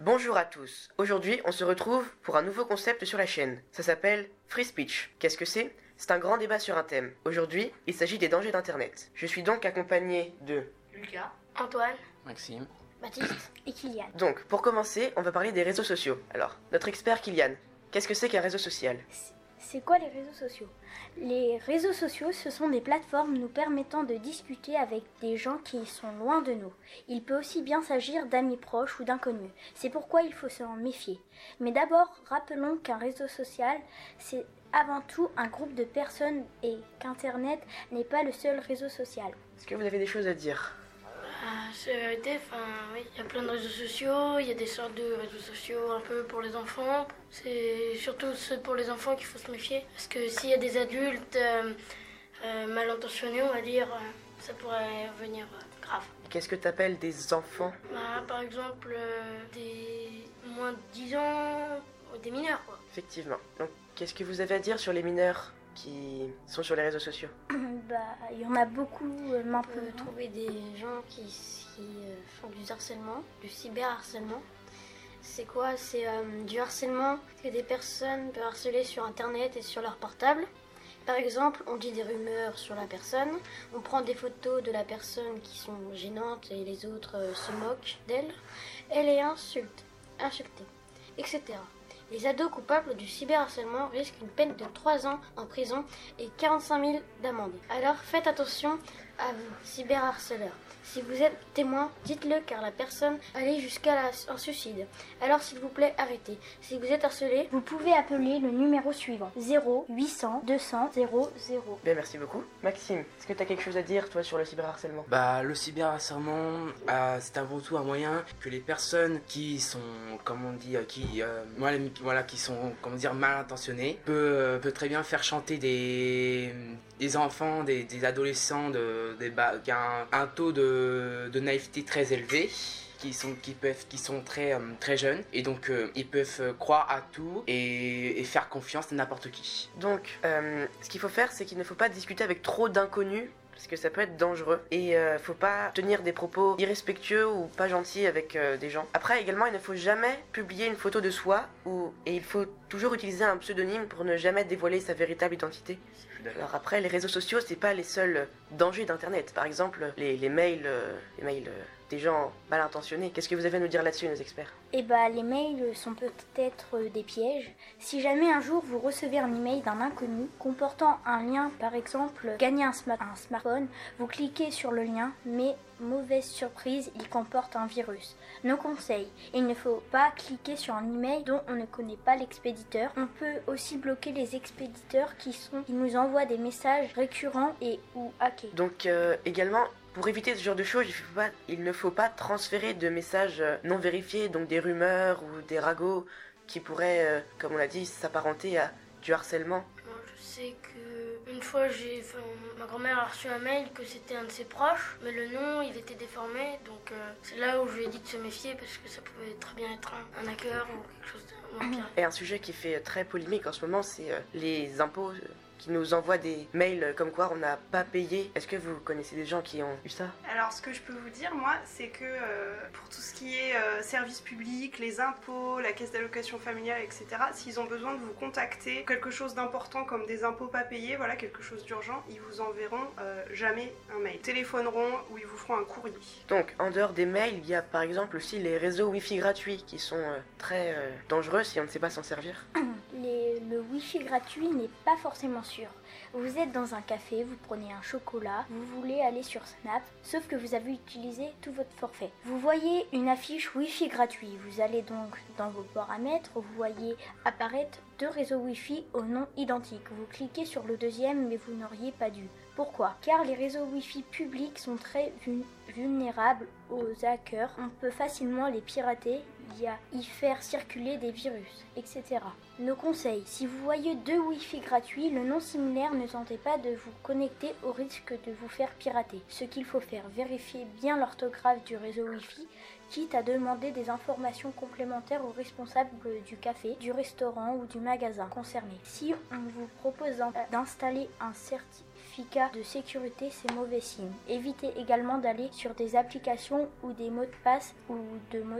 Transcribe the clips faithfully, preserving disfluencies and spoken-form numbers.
Bonjour à tous. Aujourd'hui, on se retrouve pour un nouveau concept sur la chaîne. Ça s'appelle Free Speech. Qu'est-ce que c'est ? C'est un grand débat sur un thème. Aujourd'hui, il s'agit des dangers d'Internet. Je suis donc accompagné de Lucas, Antoine, Maxime, Baptiste et Kylian. Donc, pour commencer, on va parler des réseaux sociaux. Alors, notre expert Kylian, qu'est-ce que c'est qu'un réseau social ? C'est quoi les réseaux sociaux ? Les réseaux sociaux, ce sont des plateformes nous permettant de discuter avec des gens qui sont loin de nous. Il peut aussi bien s'agir d'amis proches ou d'inconnus. C'est pourquoi il faut s'en méfier. Mais d'abord, rappelons qu'un réseau social, c'est avant tout un groupe de personnes et qu'Internet n'est pas le seul réseau social. Est-ce que vous avez des choses à dire ? Ah, c'est la vérité, enfin, oui, il y a plein de réseaux sociaux, il y a des sortes de réseaux sociaux un peu pour les enfants. C'est surtout ceux pour les enfants qu'il faut se méfier. Parce que s'il y a des adultes euh, euh, mal intentionnés, on va dire, euh, ça pourrait venir euh, grave. Qu'est-ce que tu appelles des enfants ? Bah, par exemple, euh, des moins de dix ans, ou des mineurs, quoi. Effectivement. Donc, qu'est-ce que vous avez à dire sur les mineurs qui sont sur les réseaux sociaux ? Bah, il y en a beaucoup euh, On maintenant. peut trouver des gens qui, qui euh, font du harcèlement, du cyberharcèlement. C'est quoi ? C'est euh, du harcèlement que des personnes peuvent harceler sur Internet et sur leur portable. Par exemple, on dit des rumeurs sur la personne, on prend des photos de la personne qui sont gênantes et les autres euh, se moquent d'elle. Elle est insulte, insultée, et cetera. Les ados coupables du cyberharcèlement risquent une peine de trois ans en prison et quarante-cinq mille d'amende. Alors faites attention à vous, cyberharceleurs. Si vous êtes témoin, dites-le car la personne allait jusqu'à la- un suicide. Alors s'il vous plaît, arrêtez. Si vous êtes harcelé, Vous pouvez appeler le numéro suivant zéro huit cents deux cents zéro zéro. Bien, merci beaucoup. Maxime, est-ce que tu as quelque chose à dire, toi, sur le cyberharcèlement ? bah le cyberharcèlement, euh, c'est avant tout un moyen que les personnes qui sont, comme on dit, euh, qui, euh, voilà, voilà, qui sont, comment dire, mal intentionnées, peut, euh, peut très bien faire chanter des, des enfants, des, des adolescents, de, des ba- qui a un, un taux de, de naïveté très élevé. Qui sont, qui peuvent, qui sont très, euh, très jeunes et donc euh, ils peuvent euh, croire à tout et, et faire confiance à n'importe qui. Donc, euh, ce qu'il faut faire, c'est qu'il ne faut pas discuter avec trop d'inconnus, parce que ça peut être dangereux. Et euh, faut pas tenir des propos irrespectueux ou pas gentils avec euh, des gens. Après, également, il ne faut jamais publier une photo de soi, ou, et il faut toujours utiliser un pseudonyme pour ne jamais dévoiler sa véritable identité. Alors après, les réseaux sociaux, c'est pas les seuls dangers d'Internet. Par exemple, les, les mails, euh, les mails euh, des gens mal intentionnés. Qu'est-ce que vous avez à nous dire là-dessus, nos experts ? Eh bah, les mails sont peut-être des pièges. Si jamais un jour vous recevez un email d'un inconnu comportant un lien, par exemple, gagner un, sma- un smartphone, vous cliquez sur le lien, mais mauvaise surprise, il comporte un virus. Nos conseils, il ne faut pas cliquer sur un email dont on ne connaît pas l'expéditeur. On peut aussi bloquer les expéditeurs qui, sont, qui nous envoient des messages récurrents et ou hackés. Donc, euh, également, pour éviter ce genre de choses, il, faut pas, il ne faut pas transférer de messages euh, non vérifiés, donc des rumeurs ou des ragots qui pourraient, euh, comme on l'a dit, s'apparenter à du harcèlement. Moi, je sais que une fois, j'ai, enfin, ma grand-mère a reçu un mail que c'était un de ses proches, mais le nom, il était déformé, donc euh, c'est là où je lui ai dit de se méfier parce que ça pouvait très bien être un, un hacker ou quelque chose de moins pire. Et un sujet qui fait très polémique en ce moment, c'est euh, les impôts euh, qui nous envoient des mails comme quoi on n'a pas payé. Est-ce que vous connaissez des gens qui ont eu ça ? Alors ce que je peux vous dire moi, c'est que euh, pour tout ce qui est euh, services publics, les impôts, la caisse d'allocation familiale, et cetera, s'ils ont besoin de vous contacter, quelque chose d'important comme des impôts pas payés, voilà, quelque chose d'urgent, ils vous enverront euh, jamais un mail. Ils téléphoneront ou ils vous feront un courrier. Donc, en dehors des mails, il y a par exemple aussi les réseaux Wi-Fi gratuits qui sont euh, très euh, dangereux si on ne sait pas s'en servir. Les- le Wi-Fi gratuit n'est pas forcément sûr. Vous êtes dans un café, vous prenez un chocolat, vous voulez aller sur Snap, sauf que vous avez utilisé tout votre forfait. Vous voyez une affiche Wi-Fi gratuit. Vous allez donc dans vos paramètres, vous voyez apparaître deux réseaux Wi-Fi au nom identique. Vous cliquez sur le deuxième, mais vous n'auriez pas dû. Pourquoi ? Car les réseaux Wi-Fi publics sont très vul- vulnérables aux hackers. On peut facilement les pirater, y, a, y faire circuler des virus, et cetera. Nos conseils, si vous voyez deux Wi-Fi gratuits, le nom similaire, ne tentez pas de vous connecter au risque de vous faire pirater. Ce qu'il faut faire, vérifier bien l'orthographe du réseau Wi-Fi, quitte à demander des informations complémentaires aux responsables du café, du restaurant ou du magasin concerné. Si on vous propose d'installer un certificat de sécurité, c'est mauvais signe. Évitez également d'aller sur des applications ou des mots de passe ou de mots de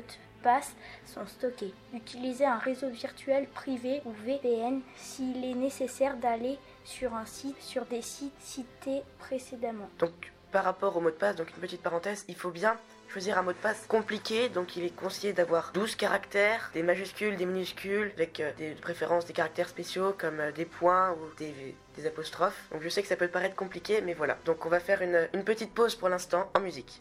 passe sont stockés. Utilisez un réseau virtuel privé ou V P N s'il est nécessaire d'aller sur un site, sur des sites cités précédemment. Donc par rapport au mot de passe, donc une petite parenthèse, il faut bien choisir un mot de passe compliqué, donc il est conseillé d'avoir douze caractères, des majuscules, des minuscules, avec euh, des de préférence des caractères spéciaux comme euh, des points ou des, des apostrophes. Donc je sais que ça peut paraître compliqué, mais voilà. Donc on va faire une, une petite pause pour l'instant en musique.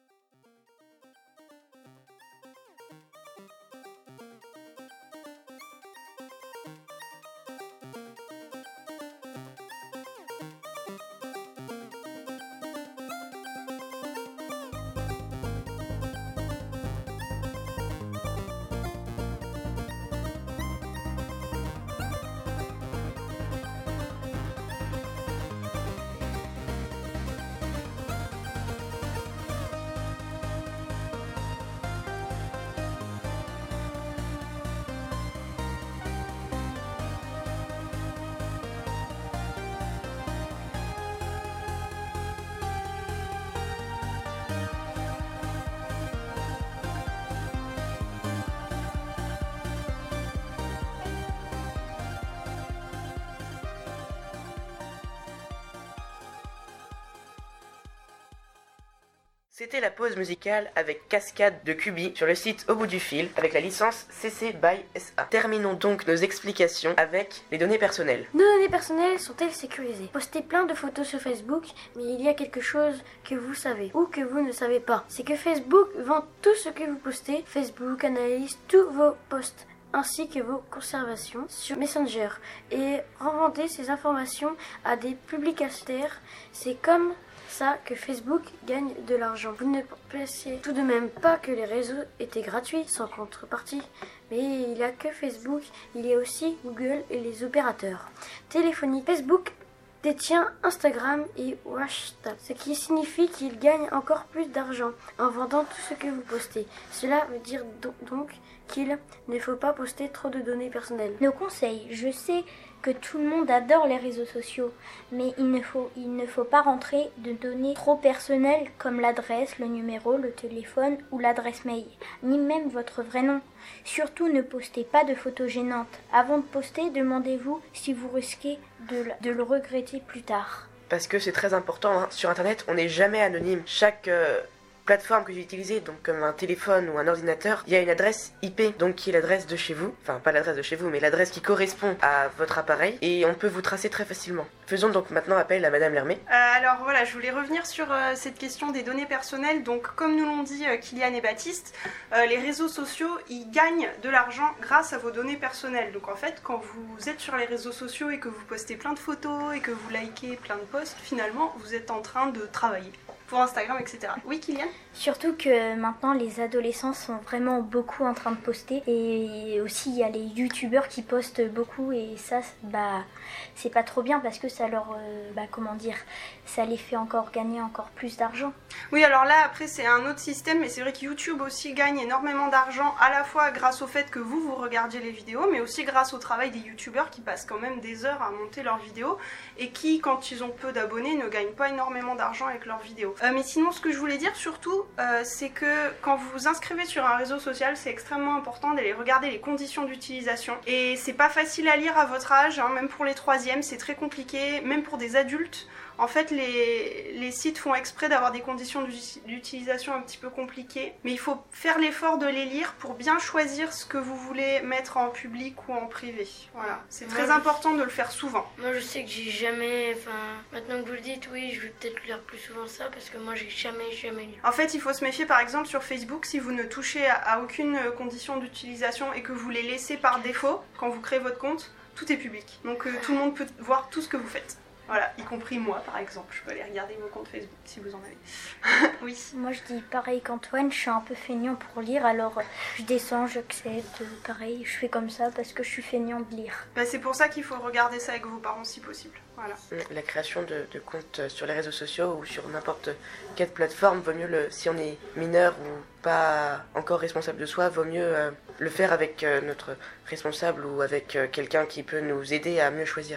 C'était la pause musicale avec Cascade de Cubi sur le site Au bout du fil avec la licence C C by S A. Terminons donc nos explications avec les données personnelles. Nos données personnelles sont-elles sécurisées? Postez plein de photos sur Facebook, mais il y a quelque chose que vous savez ou que vous ne savez pas. C'est que Facebook vend tout ce que vous postez. Facebook analyse tous vos posts ainsi que vos conservations sur Messenger et revendez ces informations à des publicitaires. C'est comme ça que Facebook gagne de l'argent. Vous ne pensiez tout de même pas que les réseaux étaient gratuits, sans contrepartie. Mais il n'y a que Facebook, il y a aussi Google et les opérateurs téléphoniques. Facebook détient Instagram et WhatsApp, ce qui signifie qu'il gagne encore plus d'argent en vendant tout ce que vous postez. Cela veut dire donc qu'il ne faut pas poster trop de données personnelles. Nos conseils, je sais que tout le monde adore les réseaux sociaux, mais il ne faut, il ne faut pas rentrer de données trop personnelles comme l'adresse, le numéro, le téléphone ou l'adresse mail, ni même votre vrai nom. Surtout ne postez pas de photos gênantes. Avant de poster, demandez-vous si vous risquez de, de le regretter plus tard. Parce que c'est très important, hein. Sur internet on n'est jamais anonyme. Chaque euh, plateforme que j'ai utilisée, donc comme un téléphone ou un ordinateur, il y a une adresse I P, donc qui est l'adresse de chez vous, enfin pas l'adresse de chez vous, mais l'adresse qui correspond à votre appareil, et on peut vous tracer très facilement. Faisons donc maintenant appel à Madame Lermé. Euh, alors voilà, je voulais revenir sur euh, cette question des données personnelles. Donc comme nous l'ont dit euh, Kylian et Baptiste, euh, les réseaux sociaux, ils gagnent de l'argent grâce à vos données personnelles. Donc en fait, quand vous êtes sur les réseaux sociaux et que vous postez plein de photos et que vous likez plein de posts, finalement, vous êtes en train de travailler pour Instagram, et cetera. Oui, Kylian ? Surtout que maintenant les adolescents sont vraiment beaucoup en train de poster, et aussi il y a les youtubeurs qui postent beaucoup, et ça bah c'est pas trop bien parce que ça leur euh, bah comment dire, ça les fait encore gagner encore plus d'argent. Oui, alors là après c'est un autre système, mais c'est vrai que YouTube aussi gagne énormément d'argent, à la fois grâce au fait que vous vous regardiez les vidéos, mais aussi grâce au travail des youtubeurs qui passent quand même des heures à monter leurs vidéos et qui, quand ils ont peu d'abonnés, ne gagnent pas énormément d'argent avec leurs vidéos. Euh, mais sinon, ce que je voulais dire surtout, euh, c'est que quand vous vous inscrivez sur un réseau social, c'est extrêmement important d'aller regarder les conditions d'utilisation. Et c'est pas facile à lire à votre âge, hein, même pour les troisièmes, c'est très compliqué, même pour des adultes. En fait, les, les sites font exprès d'avoir des conditions d'utilisation un petit peu compliquées, mais il faut faire l'effort de les lire pour bien choisir ce que vous voulez mettre en public ou en privé. Voilà, c'est très Moi, important de le faire souvent. Moi je sais que j'ai jamais, enfin maintenant que vous le dites, oui je vais peut-être lire plus souvent ça parce que moi j'ai jamais jamais lu. En fait, il faut se méfier par exemple sur Facebook, si vous ne touchez à, à aucune condition d'utilisation et que vous les laissez par défaut, quand vous créez votre compte, tout est public. Donc euh, tout le monde peut voir tout ce que vous faites. Voilà, y compris moi par exemple, je peux aller regarder mon compte Facebook si vous en avez. Oui. Moi je dis pareil qu'Antoine, je suis un peu feignant pour lire, alors je descends, j'accepte, pareil, je fais comme ça parce que je suis feignant de lire. Bah, c'est pour ça qu'il faut regarder ça avec vos parents si possible. Voilà. La création de, de comptes sur les réseaux sociaux ou sur n'importe quelle plateforme, vaut mieux, le, si on est mineur ou pas encore responsable de soi, vaut mieux euh, le faire avec euh, notre responsable ou avec euh, quelqu'un qui peut nous aider à mieux choisir.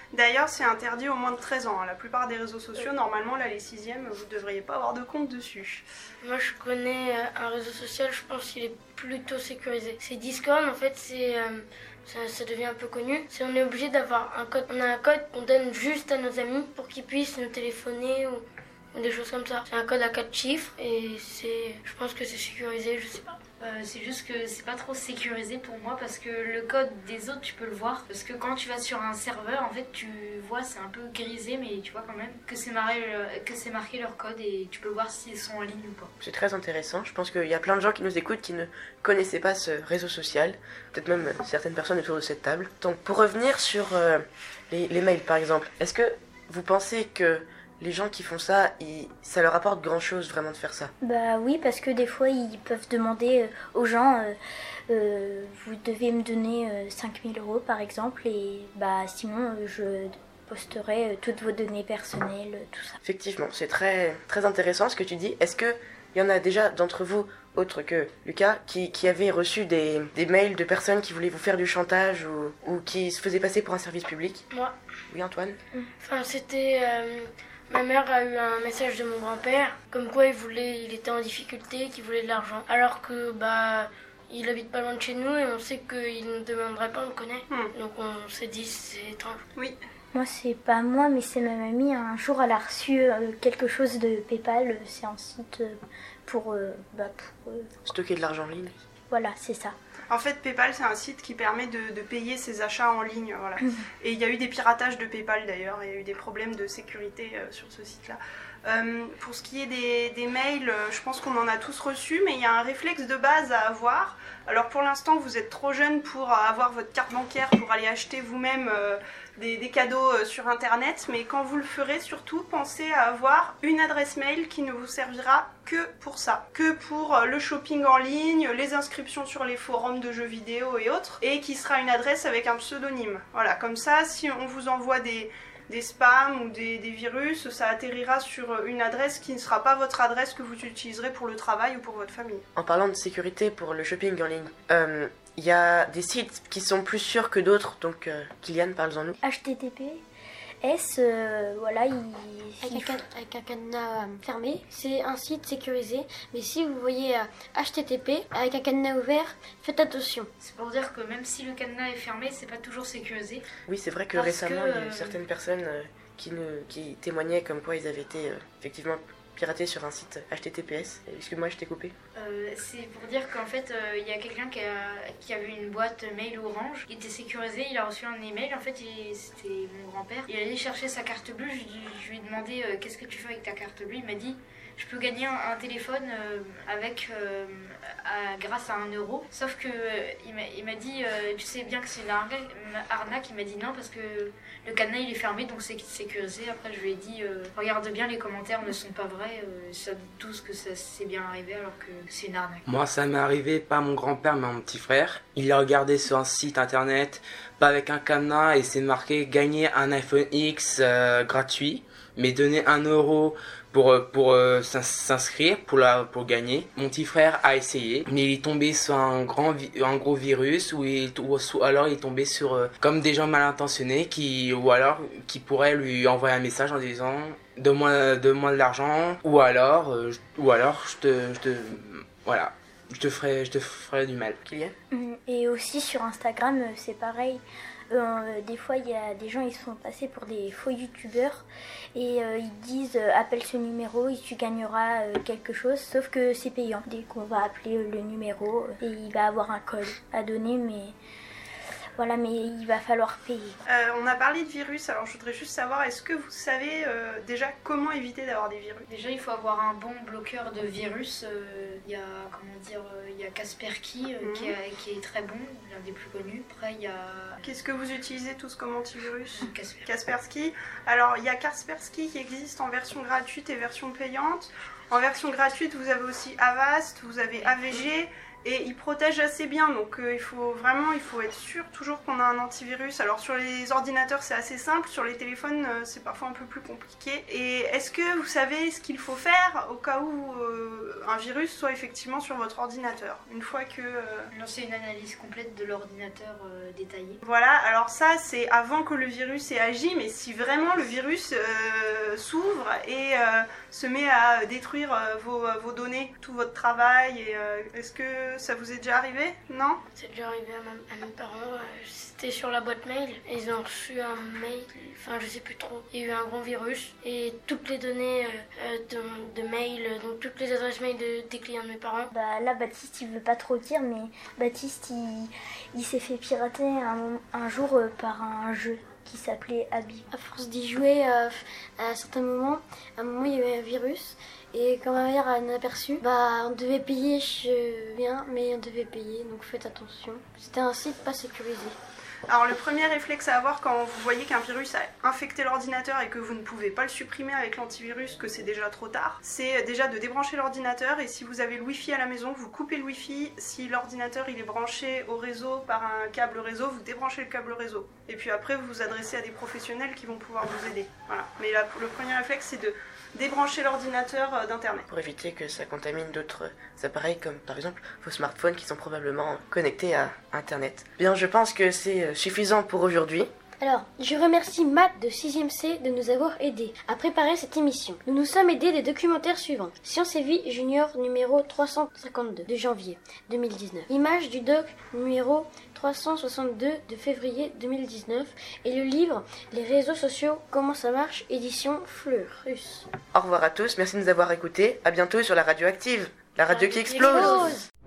D'ailleurs, c'est interdit au moins de treize ans. La plupart des réseaux sociaux, normalement, là, les sixièmes, vous ne devriez pas avoir de compte dessus. Moi, je connais euh, un réseau social, je pense qu'il est plutôt sécurisé. C'est Discord, en fait, c'est... Euh, Ça, ça devient un peu connu. C'est on est obligé d'avoir un code. On a un code qu'on donne juste à nos amis pour qu'ils puissent nous téléphoner ou, ou des choses comme ça. C'est un code à quatre chiffres et c'est, je pense que c'est sécurisé, je sais pas. Euh, c'est juste que c'est pas trop sécurisé pour moi parce que le code des autres tu peux le voir parce que quand tu vas sur un serveur en fait tu vois c'est un peu grisé mais tu vois quand même que c'est marqué, que c'est marqué leur code et tu peux voir s'ils sont en ligne ou pas. C'est très intéressant. Je pense qu'il y a plein de gens qui nous écoutent qui ne connaissaient pas ce réseau social, peut-être même certaines personnes autour de cette table. Donc pour revenir sur euh, les, les mails par exemple, est-ce que vous pensez que les gens qui font ça, ils, ça leur apporte grand chose vraiment de faire ça? Bah oui, parce que des fois ils peuvent demander euh, aux gens euh, euh, vous devez me donner euh, cinq mille euros par exemple, et bah sinon euh, je posterai euh, toutes vos données personnelles, euh, tout ça. Effectivement, c'est très, très intéressant ce que tu dis. Est-ce qu'il y en a déjà d'entre vous, autres que Lucas, qui, qui avaient reçu des, des mails de personnes qui voulaient vous faire du chantage ou, ou qui se faisaient passer pour un service public? Moi. Oui, Antoine? Enfin, c'était... Euh, ma mère a eu un message de mon grand-père, comme quoi il voulait, il était en difficulté, qu'il voulait de l'argent. Alors que, bah... il habite pas loin de chez nous et on sait qu'il ne demanderait pas, on le connaît. Hmm. Donc on s'est dit c'est étrange. Oui. Moi c'est pas moi mais c'est ma mamie. Un jour elle a reçu euh, quelque chose de PayPal. C'est un site euh, pour, euh, bah, pour euh... stocker de l'argent en ligne. Voilà, c'est ça. En fait, PayPal, c'est un site qui permet de, de payer ses achats en ligne. Voilà. Et il y a eu des piratages de PayPal d'ailleurs. Il y a eu des problèmes de sécurité euh, sur ce site-là. Euh, pour ce qui est des, des mails, euh, je pense qu'on en a tous reçus, mais il y a un réflexe de base à avoir. Alors pour l'instant, vous êtes trop jeune pour avoir votre carte bancaire, pour aller acheter vous-même euh, des, des cadeaux euh, sur Internet, mais quand vous le ferez, surtout, pensez à avoir une adresse mail qui ne vous servira que pour ça, que pour euh, le shopping en ligne, les inscriptions sur les forums de jeux vidéo et autres, et qui sera une adresse avec un pseudonyme. Voilà, comme ça, si on vous envoie des... des spams ou des, des virus, ça atterrira sur une adresse qui ne sera pas votre adresse que vous utiliserez pour le travail ou pour votre famille. En parlant de sécurité pour le shopping en ligne, il euh, y a des sites qui sont plus sûrs que d'autres, donc euh, Kylian, parle-en-nous. H T T P S, euh, voilà, il... Avec un, avec un cadenas fermé, c'est un site sécurisé, mais si vous voyez euh, H T T P avec un cadenas ouvert, faites attention. C'est pour dire que même si le cadenas est fermé, c'est pas toujours sécurisé. Oui, c'est vrai que Parce récemment, que, il y a eu euh... certaines personnes euh, qui, ne, qui témoignaient comme quoi ils avaient été euh, effectivement piratés sur un site H T T P S. Excuse-moi, je t'ai coupé. Euh, c'est pour dire qu'en fait, il euh, y a quelqu'un qui, qui avait une boîte mail Orange. Il était sécurisé, il a reçu un email. En fait, c'était mon grand-père. Il allait chercher sa carte bleue. Je, je lui ai demandé euh, qu'est-ce que tu fais avec ta carte bleue. Il m'a dit je peux gagner un, un téléphone euh, avec euh, à, grâce à un euro. Sauf que euh, il m'a dit euh, tu sais bien que c'est une arnaque. Il m'a dit non parce que le cadenas il est fermé donc c'est sécurisé. Après je lui ai dit euh, regarde bien, les commentaires ne sont pas vrais. Euh, ça doute tous que ça s'est bien arrivé alors que c'est une arnaque. Moi ça m'est arrivé, pas à mon grand-père mais à mon petit frère. Il a regardé sur un site internet, pas avec un cadenas, et c'est marqué gagner un iPhone X euh, gratuit, mais donner un euro pour, pour euh, s'inscrire, pour, la, pour gagner. Mon petit frère a essayé, mais il est tombé sur un, grand, un gros virus, ou, il, ou, ou alors il est tombé sur euh, comme des gens mal intentionnés, qui, ou alors qui pourraient lui envoyer un message en disant donne-moi donne-moi de l'argent, ou alors, euh, ou alors je te, je te, voilà, je te ferai, je te ferai du mal. Kylian ? Et aussi sur Instagram, c'est pareil. Euh, des fois, il y a des gens ils se font passer pour des faux youtubeurs et euh, ils disent euh, appelle ce numéro et tu gagneras euh, quelque chose, sauf que c'est payant. Dès qu'on va appeler le numéro, et il va avoir un code à donner, mais voilà, mais il va falloir payer. Euh, on a parlé de virus, alors je voudrais juste savoir, est-ce que vous savez euh, déjà comment éviter d'avoir des virus ? Déjà, il faut avoir un bon bloqueur de virus. Euh, il y a, comment dire, euh, il y a Kaspersky euh, mmh. qui, a, qui est très bon, l'un des plus connus. Après, il y a... Qu'est-ce que vous utilisez tous comme antivirus ? Kaspersky. Kaspersky. Alors, il y a Kaspersky qui existe en version gratuite et version payante. En version gratuite, vous avez aussi Avast, vous avez A V G. et il protège assez bien, donc euh, il faut vraiment il faut être sûr toujours qu'on a un antivirus. Alors sur les ordinateurs c'est assez simple, sur les téléphones euh, c'est parfois un peu plus compliqué. Et est-ce que vous savez ce qu'il faut faire au cas où euh, un virus soit effectivement sur votre ordinateur, une fois que... Euh... Lancer une analyse complète de l'ordinateur euh, détaillée. Voilà, alors ça c'est avant que le virus ait agi, mais si vraiment le virus euh, s'ouvre et euh, se met à détruire euh, vos, vos données, tout votre travail, et, euh, est-ce que ça vous est déjà arrivé? Non? C'est déjà arrivé à, ma, à mes parents, euh, c'était sur la boîte mail, ils ont reçu un mail, enfin je sais plus trop, il y a eu un grand virus et toutes les données euh, de, de mail, donc toutes les adresses mail de, des clients de mes parents. Bah là Baptiste il veut pas trop dire, mais Baptiste il, il s'est fait pirater un, un jour euh, par un jeu qui s'appelait Habib. À force d'y jouer, euh, à certains moments, à un moment il y avait un virus. Et quand ma mère a un aperçu, bah on devait payer, je viens, mais on devait payer, donc faites attention. C'était un site pas sécurisé. Alors le premier réflexe à avoir quand vous voyez qu'un virus a infecté l'ordinateur et que vous ne pouvez pas le supprimer avec l'antivirus, que c'est déjà trop tard, c'est déjà de débrancher l'ordinateur, et si vous avez le wifi à la maison, vous coupez le wifi. Si l'ordinateur il est branché au réseau par un câble réseau, vous débranchez le câble réseau. Et puis après vous vous adressez à des professionnels qui vont pouvoir vous aider. Voilà. Mais là, le premier réflexe c'est de débrancher l'ordinateur d'internet. Pour éviter que ça contamine d'autres appareils comme par exemple vos smartphones qui sont probablement connectés à internet. Bien, je pense que c'est suffisant pour aujourd'hui. Alors, je remercie Matt de sixième C de nous avoir aidés à préparer cette émission. Nous nous sommes aidés des documentaires suivants. Science et Vie Junior numéro trois cent cinquante-deux de janvier deux mille dix-neuf. Image du doc numéro trois cent soixante-deux de février deux mille dix-neuf. Et le livre Les réseaux sociaux, comment ça marche, édition Fleurus. Au revoir à tous, merci de nous avoir écoutés. À bientôt sur la radio active, la radio, radio qui explose. Qui explose.